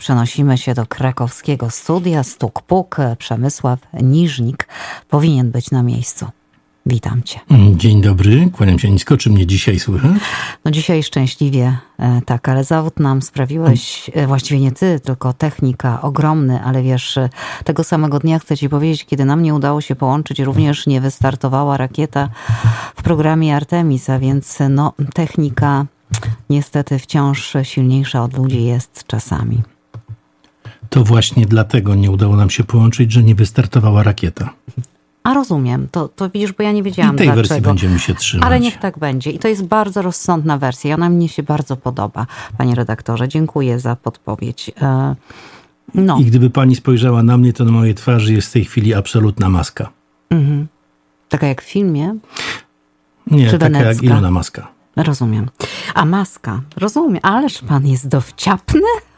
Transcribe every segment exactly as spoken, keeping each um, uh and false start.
przenosimy się do krakowskiego studia. Stuk-puk, Przemysław Niżnik powinien być na miejscu. Witam cię. Dzień dobry, kłaniam się nisko. Czy mnie dzisiaj słychać? No dzisiaj szczęśliwie tak, ale zawód nam sprawiłeś, właściwie nie ty, tylko technika, ogromny, ale wiesz, tego samego dnia chcę ci powiedzieć, kiedy nam nie udało się połączyć, również nie wystartowała rakieta w programie Artemis, a więc no technika niestety wciąż silniejsza od ludzi jest czasami. To właśnie dlatego nie udało nam się połączyć, że nie wystartowała rakieta. A rozumiem, to, to widzisz, bo ja nie wiedziałam I tej dlaczego. wersji będziemy się trzymać. Ale niech tak będzie. I to jest bardzo rozsądna wersja. I ona mnie się bardzo podoba, panie redaktorze. Dziękuję za podpowiedź. No. I gdyby pani spojrzała na mnie, to na mojej twarzy jest w tej chwili absolutna maska. Mhm. Taka jak w filmie? Nie, Czy taka wenecka? jak Ilona Maska. Rozumiem. A maska, rozumiem. Ależ pan jest dowciapny.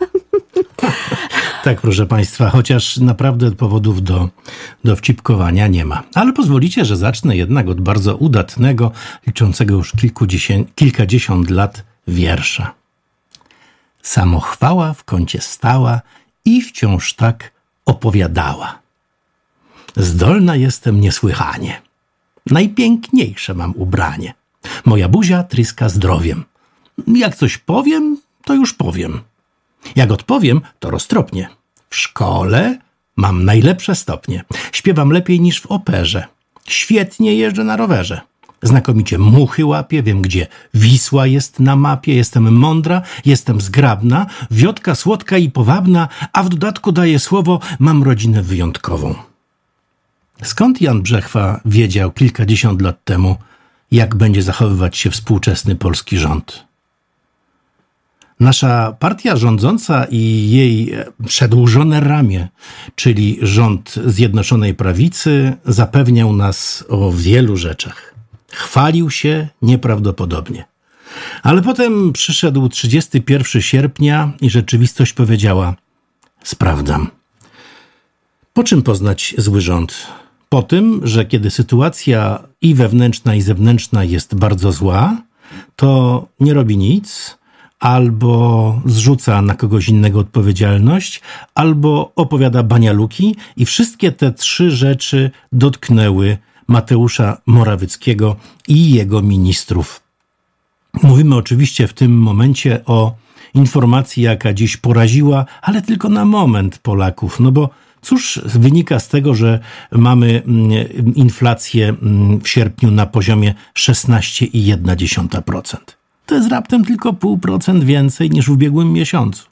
Tak, proszę państwa, chociaż naprawdę powodów do, do wcipkowania nie ma. Ale pozwolicie, że zacznę jednak od bardzo udatnego, liczącego już kilkadziesiąt lat wiersza. Samochwała w kącie stała i wciąż tak opowiadała. Zdolna jestem niesłychanie. Najpiękniejsze mam ubranie. Moja buzia tryska zdrowiem. Jak coś powiem, to już powiem. Jak odpowiem, to roztropnie. W szkole mam najlepsze stopnie. Śpiewam lepiej niż w operze. Świetnie jeżdżę na rowerze. Znakomicie muchy łapię, wiem gdzie Wisła jest na mapie. Jestem mądra, jestem zgrabna, wiotka słodka i powabna, a w dodatku daję słowo, mam rodzinę wyjątkową. Skąd Jan Brzechwa wiedział kilkadziesiąt lat temu, jak będzie zachowywać się współczesny polski rząd? Nasza partia rządząca i jej przedłużone ramię, czyli rząd Zjednoczonej Prawicy, zapewniał nas o wielu rzeczach. Chwalił się nieprawdopodobnie. Ale potem przyszedł trzydziestego pierwszego sierpnia i rzeczywistość powiedziała: sprawdzam. Po czym poznać zły rząd? Po tym, że kiedy sytuacja i wewnętrzna, i zewnętrzna jest bardzo zła, to nie robi nic, albo zrzuca na kogoś innego odpowiedzialność, albo opowiada banialuki i wszystkie te trzy rzeczy dotknęły Mateusza Morawieckiego i jego ministrów. Mówimy oczywiście w tym momencie o informacji, jaka dziś poraziła, ale tylko na moment Polaków, no bo cóż wynika z tego, że mamy inflację w sierpniu na poziomie szesnaście przecinek jedna procent. To jest raptem tylko pół procent więcej niż w ubiegłym miesiącu.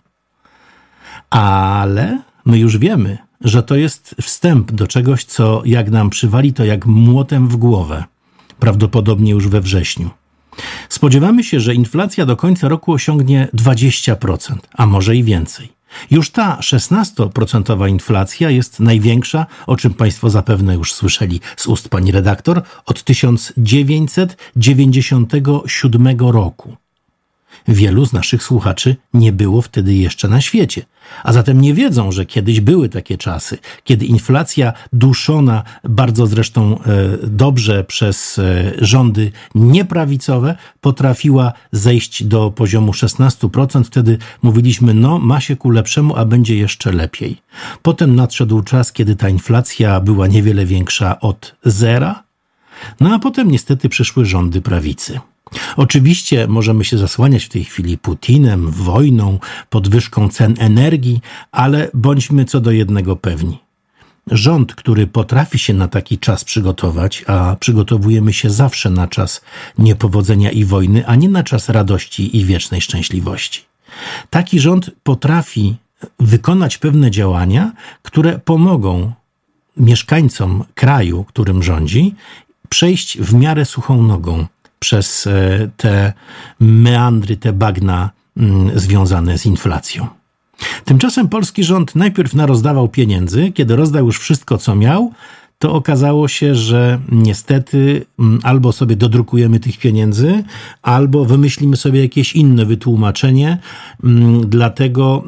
Ale my już wiemy, że to jest wstęp do czegoś, co jak nam przywali, to jak młotem w głowę. Prawdopodobnie już we wrześniu. Spodziewamy się, że inflacja do końca roku osiągnie dwadzieścia procent, a może i więcej. Już ta szesnastoprocentowa inflacja jest największa, o czym państwo zapewne już słyszeli z ust pani redaktor, od tysiąc dziewięćset dziewięćdziesiątego siódmego roku. Wielu z naszych słuchaczy nie było wtedy jeszcze na świecie, a zatem nie wiedzą, że kiedyś były takie czasy, kiedy inflacja duszona bardzo zresztą e, dobrze przez e, rządy nieprawicowe potrafiła zejść do poziomu szesnaście procent. Wtedy mówiliśmy, no ma się ku lepszemu, a będzie jeszcze lepiej. Potem nadszedł czas, kiedy ta inflacja była niewiele większa od zera, no a potem niestety przyszły rządy prawicy. Oczywiście możemy się zasłaniać w tej chwili Putinem, wojną, podwyżką cen energii, ale bądźmy co do jednego pewni. Rząd, który potrafi się na taki czas przygotować, a przygotowujemy się zawsze na czas niepowodzenia i wojny, a nie na czas radości i wiecznej szczęśliwości. Taki rząd potrafi wykonać pewne działania, które pomogą mieszkańcom kraju, którym rządzi, przejść w miarę suchą nogą przez te meandry, te bagna mm, związane z inflacją. Tymczasem polski rząd najpierw narozdawał pieniędzy, kiedy rozdał już wszystko, co miał, to okazało się, że niestety albo sobie dodrukujemy tych pieniędzy, albo wymyślimy sobie jakieś inne wytłumaczenie dla tego,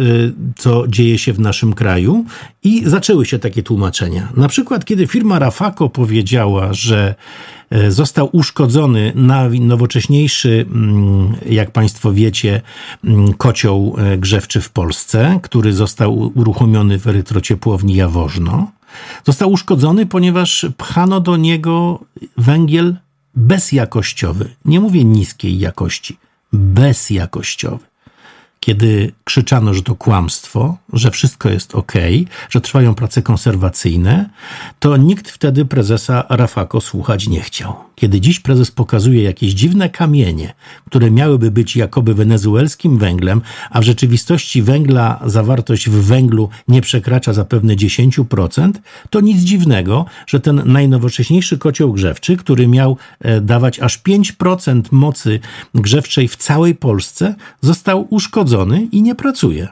co dzieje się w naszym kraju. I zaczęły się takie tłumaczenia. Na przykład, kiedy firma Rafako powiedziała, że został uszkodzony najnowocześniejszy, jak Państwo wiecie, kocioł grzewczy w Polsce, który został uruchomiony w elektrociepłowni Jaworzno. Został uszkodzony, ponieważ pchano do niego węgiel bezjakościowy. Nie mówię niskiej jakości, bezjakościowy. Kiedy krzyczano, że to kłamstwo, że wszystko jest okej, że trwają prace konserwacyjne, to nikt wtedy prezesa Rafako słuchać nie chciał. Kiedy dziś prezes pokazuje jakieś dziwne kamienie, które miałyby być jakoby wenezuelskim węglem, a w rzeczywistości węgla zawartość w węglu nie przekracza zapewne dziesięć procent, to nic dziwnego, że ten najnowocześniejszy kocioł grzewczy, który miał dawać aż pięć procent mocy grzewczej w całej Polsce, został uszkodzony i nie pracuje.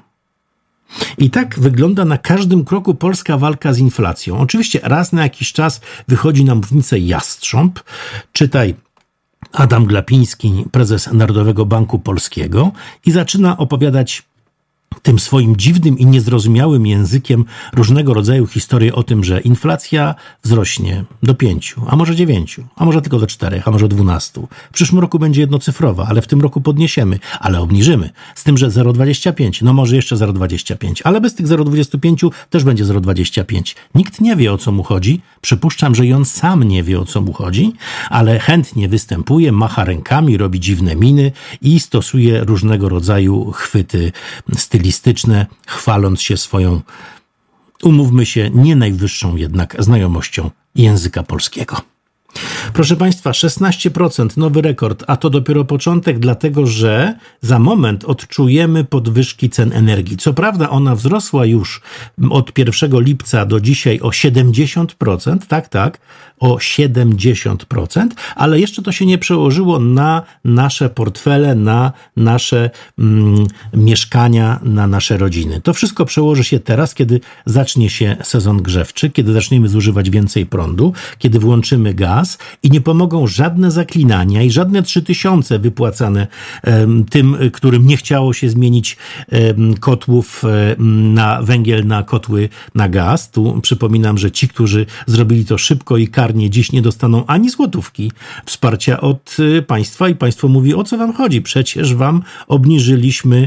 I tak wygląda na każdym kroku polska walka z inflacją. Oczywiście raz na jakiś czas wychodzi na mównicę jastrząb, czytaj Adam Glapiński, prezes Narodowego Banku Polskiego, i zaczyna opowiadać tym swoim dziwnym i niezrozumiałym językiem różnego rodzaju historie o tym, że inflacja wzrośnie do pięciu, a może dziewięciu, a może tylko do czterech, a może dwunastu. W przyszłym roku będzie jednocyfrowa, ale w tym roku podniesiemy, ale obniżymy. Z tym, że zero przecinek dwadzieścia pięć, no może jeszcze zero przecinek dwadzieścia pięć, ale bez tych zero przecinek dwadzieścia pięć też będzie zero przecinek dwadzieścia pięć. Nikt nie wie, o co mu chodzi. Przypuszczam, że i on sam nie wie, o co mu chodzi, ale chętnie występuje, macha rękami, robi dziwne miny i stosuje różnego rodzaju chwyty stylistyczne, chwaląc się swoją, umówmy się, nie najwyższą jednak znajomością języka polskiego. Proszę Państwa, szesnaście procent, nowy rekord, a to dopiero początek, dlatego że za moment odczujemy podwyżki cen energii. Co prawda ona wzrosła już od pierwszego lipca do dzisiaj o siedemdziesiąt procent, tak, tak, o siedemdziesiąt procent, ale jeszcze to się nie przełożyło na nasze portfele, na nasze mm, mieszkania, na nasze rodziny. To wszystko przełoży się teraz, kiedy zacznie się sezon grzewczy, kiedy zaczniemy zużywać więcej prądu, kiedy włączymy gaz i nie pomogą żadne zaklinania i żadne trzy tysiące wypłacane um, tym, którym nie chciało się zmienić um, kotłów um, na węgiel, na kotły na gaz. Tu przypominam, że ci, którzy zrobili to szybko i karnie, dziś nie dostaną ani złotówki wsparcia od państwa i państwo mówi, o co wam chodzi? Przecież wam obniżyliśmy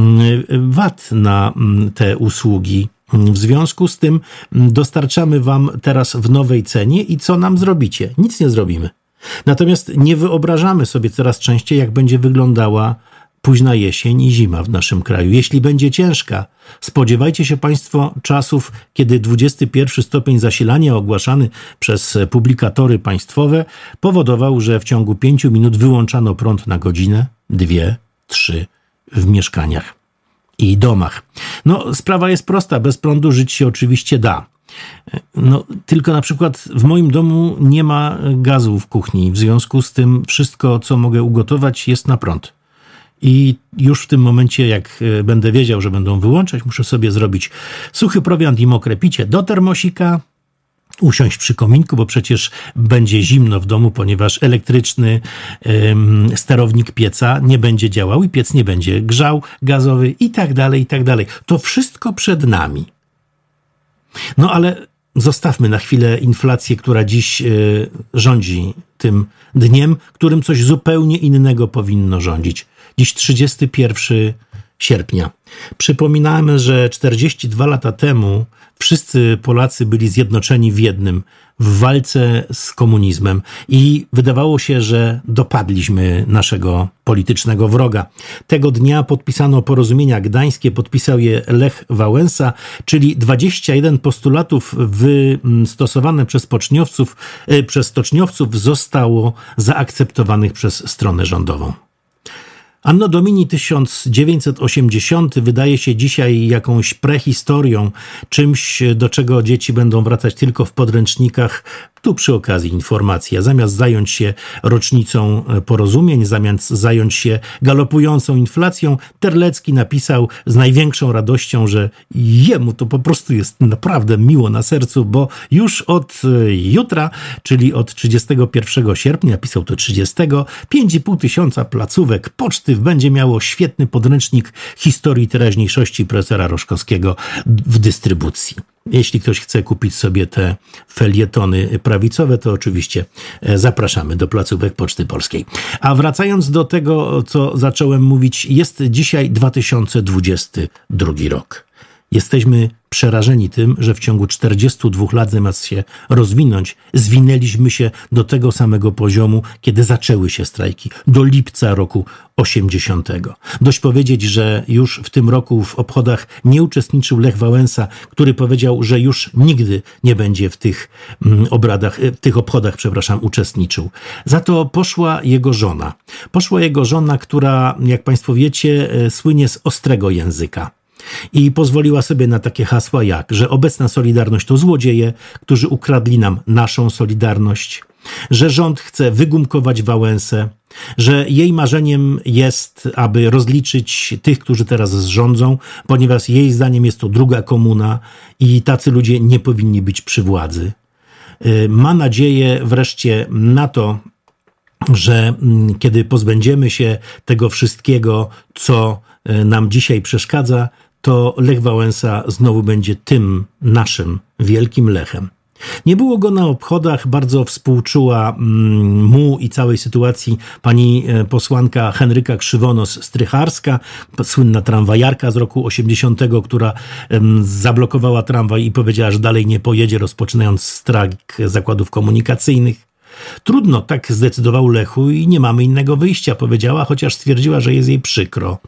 V A T na te usługi. W związku z tym dostarczamy wam teraz w nowej cenie i co nam zrobicie? Nic nie zrobimy. Natomiast nie wyobrażamy sobie coraz częściej, jak będzie wyglądała późna jesień i zima w naszym kraju. Jeśli będzie ciężka, spodziewajcie się Państwo czasów, kiedy dwudziesty pierwszy stopień zasilania ogłaszany przez publikatory państwowe powodował, że w ciągu pięciu minut wyłączano prąd na godzinę, dwie, trzy w mieszkaniach i domach. No, sprawa jest prosta. Bez prądu żyć się oczywiście da. No, tylko na przykład w moim domu nie ma gazu w kuchni. W związku z tym wszystko, co mogę ugotować, jest na prąd. I już w tym momencie, jak będę wiedział, że będą wyłączać, muszę sobie zrobić suchy prowiant i mokre picie do termosika, usiąść przy kominku, bo przecież będzie zimno w domu, ponieważ elektryczny ym, sterownik pieca nie będzie działał i piec nie będzie grzał gazowy i tak dalej, i tak dalej. To wszystko przed nami. No ale zostawmy na chwilę inflację, która dziś y, rządzi tym dniem, którym coś zupełnie innego powinno rządzić. Dziś trzydziestego pierwszego sierpnia. Przypominamy, że czterdzieści dwa lata temu wszyscy Polacy byli zjednoczeni w jednym, w walce z komunizmem i wydawało się, że dopadliśmy naszego politycznego wroga. Tego dnia podpisano porozumienia gdańskie, podpisał je Lech Wałęsa, czyli dwadzieścia jeden postulatów wystosowane przez poczniowców, przez stoczniowców zostało zaakceptowanych przez stronę rządową. Anno Domini tysiąc dziewięćset osiemdziesiąty wydaje się dzisiaj jakąś prehistorią, czymś, do czego dzieci będą wracać tylko w podręcznikach. Tu przy okazji informacja, zamiast zająć się rocznicą porozumień, zamiast zająć się galopującą inflacją, Terlecki napisał z największą radością, że jemu to po prostu jest naprawdę miło na sercu, bo już od jutra, czyli od trzydziestego pierwszego sierpnia, pisał to trzydziestego, pięć i pół tysiąca placówek poczty będzie miało świetny podręcznik historii teraźniejszości profesora Roszkowskiego w dystrybucji. Jeśli ktoś chce kupić sobie te felietony prawicowe, to oczywiście zapraszamy do placówek Poczty Polskiej. A wracając do tego, co zacząłem mówić, jest dzisiaj dwa tysiące dwudziesty drugi rok. Jesteśmy przerażeni tym, że w ciągu czterdziestu dwóch lat zamiast się rozwinąć, zwinęliśmy się do tego samego poziomu, kiedy zaczęły się strajki, do lipca roku osiemdziesiątego. Dość powiedzieć, że już w tym roku w obchodach nie uczestniczył Lech Wałęsa, który powiedział, że już nigdy nie będzie w tych obradach, w tych obchodach, przepraszam, uczestniczył. Za to poszła jego żona. Poszła jego żona, która, jak państwo wiecie, słynie z ostrego języka. I pozwoliła sobie na takie hasła jak, że obecna Solidarność to złodzieje, którzy ukradli nam naszą Solidarność, że rząd chce wygumkować Wałęsę, że jej marzeniem jest, aby rozliczyć tych, którzy teraz rządzą, ponieważ jej zdaniem jest to druga komuna i tacy ludzie nie powinni być przy władzy. Ma nadzieję wreszcie na to, że kiedy pozbędziemy się tego wszystkiego, co nam dzisiaj przeszkadza, to Lech Wałęsa znowu będzie tym naszym wielkim Lechem. Nie było go na obchodach, bardzo współczuła mu i całej sytuacji pani posłanka Henryka Krzywonos-Strycharska, słynna tramwajarka z roku osiemdziesiątego, która zablokowała tramwaj i powiedziała, że dalej nie pojedzie, rozpoczynając strajk zakładów komunikacyjnych. Trudno, tak zdecydował Lechu i nie mamy innego wyjścia, powiedziała, chociaż stwierdziła, że jest jej przykro.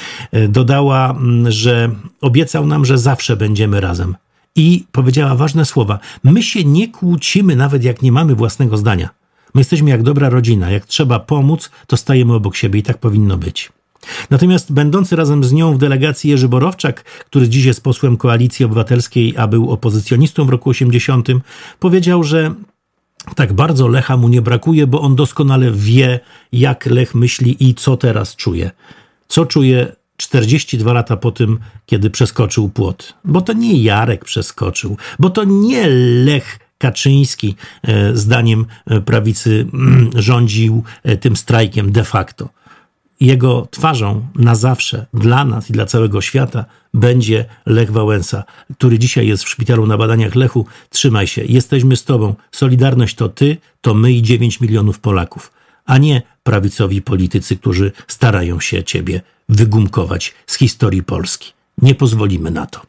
Dodała, że obiecał nam, że zawsze będziemy razem. I powiedziała ważne słowa. My się nie kłócimy, nawet jak nie mamy własnego zdania. My jesteśmy jak dobra rodzina. Jak trzeba pomóc, to stajemy obok siebie i tak powinno być. Natomiast będący razem z nią w delegacji Jerzy Borowczak, który dziś jest posłem Koalicji Obywatelskiej, a był opozycjonistą w roku osiemdziesiątym, powiedział, że tak bardzo Lecha mu nie brakuje, bo on doskonale wie, jak Lech myśli i co teraz czuje. Co czuje czterdzieści dwa lata po tym, kiedy przeskoczył płot. Bo to nie Jarek przeskoczył, bo to nie Lech Kaczyński, zdaniem prawicy, rządził tym strajkiem de facto. Jego twarzą na zawsze, dla nas i dla całego świata, będzie Lech Wałęsa, który dzisiaj jest w szpitalu na badaniach. Lechu, trzymaj się, jesteśmy z tobą. Solidarność to ty, to my i dziewięć milionów Polaków, a nie prawicowi politycy, którzy starają się ciebie wygumkować z historii Polski. Nie pozwolimy na to.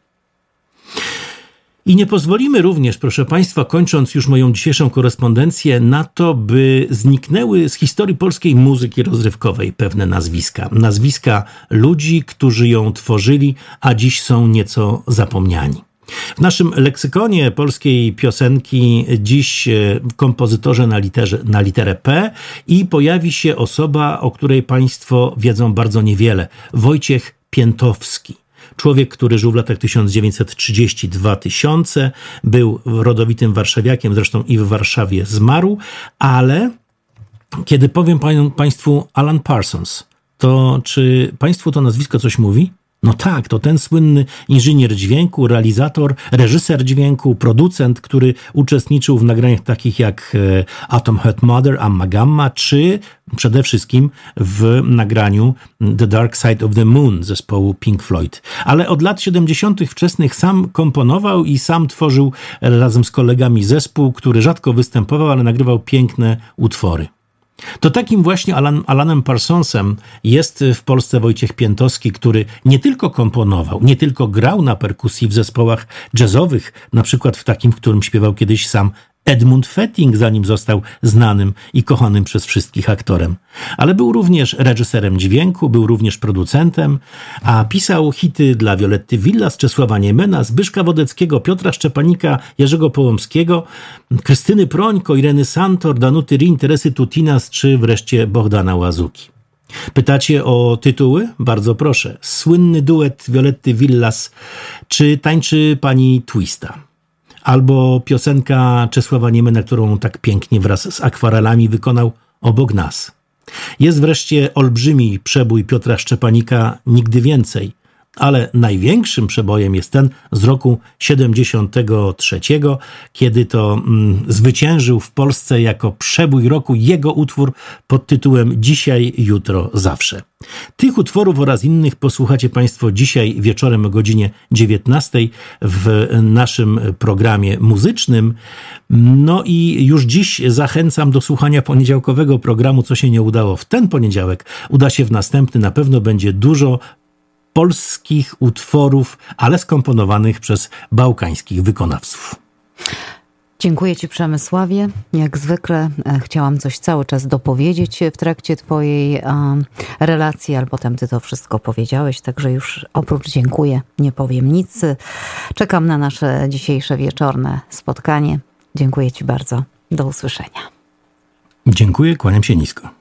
I nie pozwolimy również, proszę państwa, kończąc już moją dzisiejszą korespondencję, na to, by zniknęły z historii polskiej muzyki rozrywkowej pewne nazwiska. Nazwiska ludzi, którzy ją tworzyli, a dziś są nieco zapomniani. W naszym leksykonie polskiej piosenki dziś kompozytorzy na, literze, na literę P i pojawi się osoba, o której państwo wiedzą bardzo niewiele. Wojciech Piętowski. Człowiek, który żył w latach tysiąc dziewięćset trzydziestym do dwa tysiącego, był rodowitym warszawiakiem, zresztą i w Warszawie zmarł, ale kiedy powiem państwu Alan Parsons, to czy państwu to nazwisko coś mówi? No tak, to ten słynny inżynier dźwięku, realizator, reżyser dźwięku, producent, który uczestniczył w nagraniach takich jak Atom Heart Mother, Amma Gamma, czy przede wszystkim w nagraniu The Dark Side of the Moon zespołu Pink Floyd. Ale od lat siedemdziesiątych wczesnych sam komponował i sam tworzył razem z kolegami zespół, który rzadko występował, ale nagrywał piękne utwory. To takim właśnie Alan, Alanem Parsonsem jest w Polsce Wojciech Piętowski, który nie tylko komponował, nie tylko grał na perkusji w zespołach jazzowych, na przykład w takim, w którym śpiewał kiedyś sam Edmund Fetting, zanim został znanym i kochanym przez wszystkich aktorem. Ale był również reżyserem dźwięku, był również producentem, a pisał hity dla Violetty Villas, Czesława Niemena, Zbyszka Wodeckiego, Piotra Szczepanika, Jerzego Połomskiego, Krystyny Prońko, Ireny Santor, Danuty Rin, Teresy Tutinas czy wreszcie Bohdana Łazuki. Pytacie o tytuły? Bardzo proszę. Słynny duet Violetty Villas czy tańczy pani Twista? Albo piosenka Czesława Niemena, którą tak pięknie wraz z akwarelami wykonał Obok nas. Jest wreszcie olbrzymi przebój Piotra Szczepanika Nigdy więcej, ale największym przebojem jest ten z roku siedemdziesiątego trzeciego, kiedy to mm, zwyciężył w Polsce jako przebój roku jego utwór pod tytułem Dzisiaj, jutro, zawsze. Tych utworów oraz innych posłuchacie Państwo dzisiaj wieczorem o godzinie dziewiętnastej w naszym programie muzycznym. No i już dziś zachęcam do słuchania poniedziałkowego programu, co się nie udało w ten poniedziałek. Uda się w następny, na pewno będzie dużo polskich utworów, ale skomponowanych przez bałkańskich wykonawców. Dziękuję Ci, Przemysławie. Jak zwykle e, chciałam coś cały czas dopowiedzieć w trakcie Twojej e, relacji, ale potem Ty to wszystko powiedziałeś, także już oprócz dziękuję nie powiem nic. Czekam na nasze dzisiejsze wieczorne spotkanie. Dziękuję Ci bardzo. Do usłyszenia. Dziękuję, kłaniam się nisko.